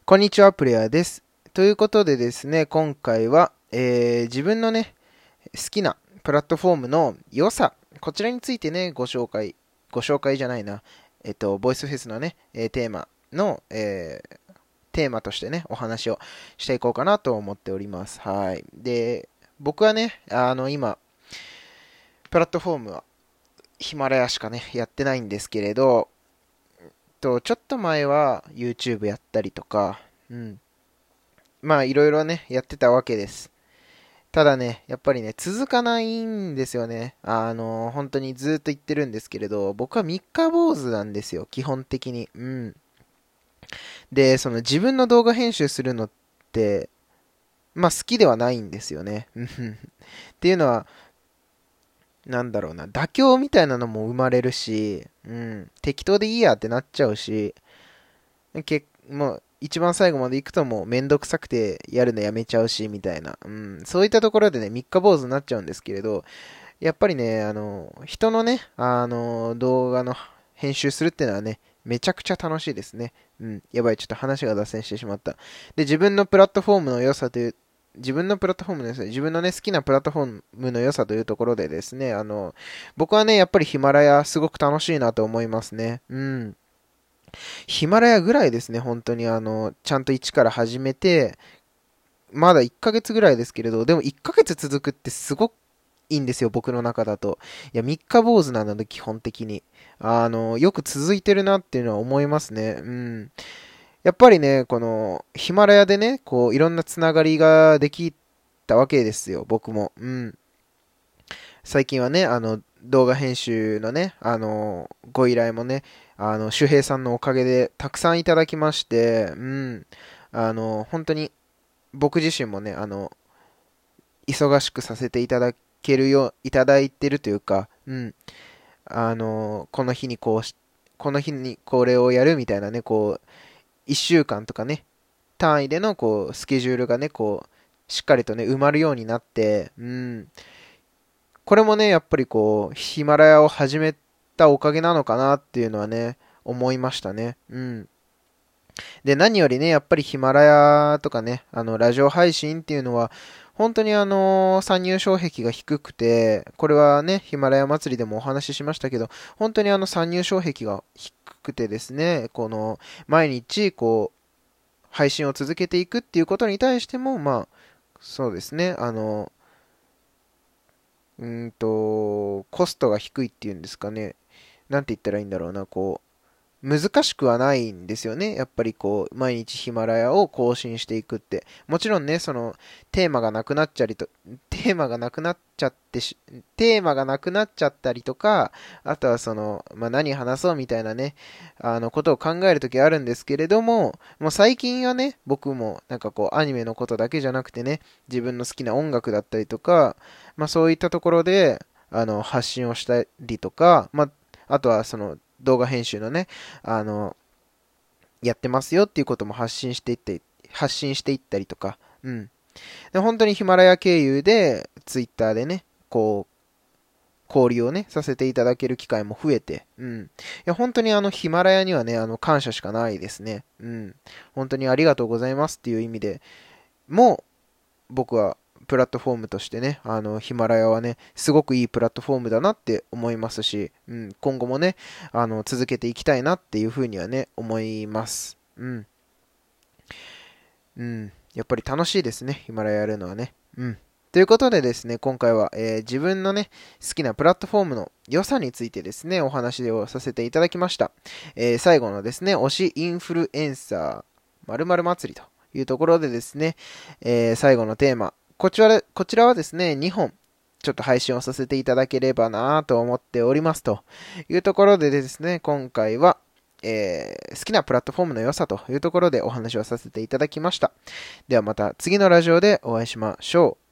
こんにちは、プレイヤーです。ということでですね、今回は、自分のね、好きなプラットフォームの良さ、こちらについてね、ご紹介じゃないな、ボイスフェスのね、テーマの、テーマとしてね、お話をしていこうかなと思っております。はい。で、僕はね、今、プラットフォームはヒマラヤしかね、やってないんですけれど、ちょっと前は YouTube やったりとか、うん、まあいろいろね、やってたわけです。ただね、やっぱりね、続かないんですよね。本当にずっと言ってるんですけれど、僕は三日坊主なんですよ、基本的に。うん。で、その自分の動画編集するのって、まあ好きではないんですよね。っていうのは、なんだろうな、妥協みたいなのも生まれるし、うん、適当でいいやってなっちゃうし、もう一番最後まで行くともうめんどくさくてやるのやめちゃうし、みたいな。うん、そういったところでね、三日坊主になっちゃうんですけれど、やっぱりね、人のね、動画の編集するっていうのはね、めちゃくちゃ楽しいですね。うん。やばい、ちょっと話が脱線してしまった。で、自分のプラットフォームの良さという、自分のプラットフォームの良さ、自分のね、好きなプラットフォームの良さというところでですね、僕はね、やっぱりヒマラヤすごく楽しいなと思いますね。うん。ヒマラヤぐらいですね、本当にちゃんと一から始めて、まだ1ヶ月ぐらいですけれど、でも1ヶ月続くってすごくいいんですよ、僕の中だと。いや、三日坊主なので、基本的に。よく続いてるなっていうのは思いますね。うん。やっぱりね、この、ヒマラヤでね、こう、いろんなつながりができたわけですよ、僕も。うん。最近はね、動画編集のね、ご依頼もね、周平さんのおかげでたくさんいただきまして、うん。本当に、僕自身もね、忙しくさせていただけるよ、いただいてるというか、うん。この日にこの日にこれをやるみたいなね、こう、一週間とかね、単位でのこう、スケジュールがね、こう、しっかりとね、埋まるようになって、うん。これもね、やっぱりこう、ヒマラヤを始めたおかげなのかなっていうのはね、思いましたね。うん。で、何よりね、やっぱりヒマラヤとかね、ラジオ配信っていうのは、本当に参入障壁が低くて、これはね、ヒマラヤ祭りでもお話ししましたけど、本当に参入障壁が低くてですね、この、毎日、こう、配信を続けていくっていうことに対しても、まあ、そうですね、コストが低いっていうんですかね、なんて言ったらいいんだろうな、こう、難しくはないんですよね。やっぱりこう、毎日ヒマラヤを更新していくって。もちろんね、その、テーマがなくなっちゃりと、テーマがなくなっちゃってし、テーマがなくなっちゃったりとか、あとはその、まあ、何話そうみたいなね、ことを考えるときあるんですけれども、もう最近はね、僕もなんかこう、アニメのことだけじゃなくてね、自分の好きな音楽だったりとか、まあ、そういったところで、発信をしたりとか、まあ、あとはその、動画編集のね、あの、やってますよっていうことも発信していったりとか、うん。で、本当にヒマラヤ経由で、ツイッターでね、こう、交流をね、させていただける機会も増えて、うん。いや、本当にヒマラヤにはね、感謝しかないですね。うん。本当にありがとうございますっていう意味でも、僕はプラットフォームとしてね、ヒマラヤはね、すごくいいプラットフォームだなって思いますし、うん、今後もね、続けていきたいなっていうふうにはね、思います。うん。うん。やっぱり楽しいですね、ヒマラヤやるのはね。うん。ということでですね、今回は、自分のね、好きなプラットフォームの良さについてですね、お話をさせていただきました。最後のですね、推しインフルエンサー〇〇祭りというところでですね、最後のテーマ、こちらはですね、2本、ちょっと配信をさせていただければなと思っておりますというところでですね、今回は、好きなプラットフォームの良さというところでお話をさせていただきました。ではまた次のラジオでお会いしましょう。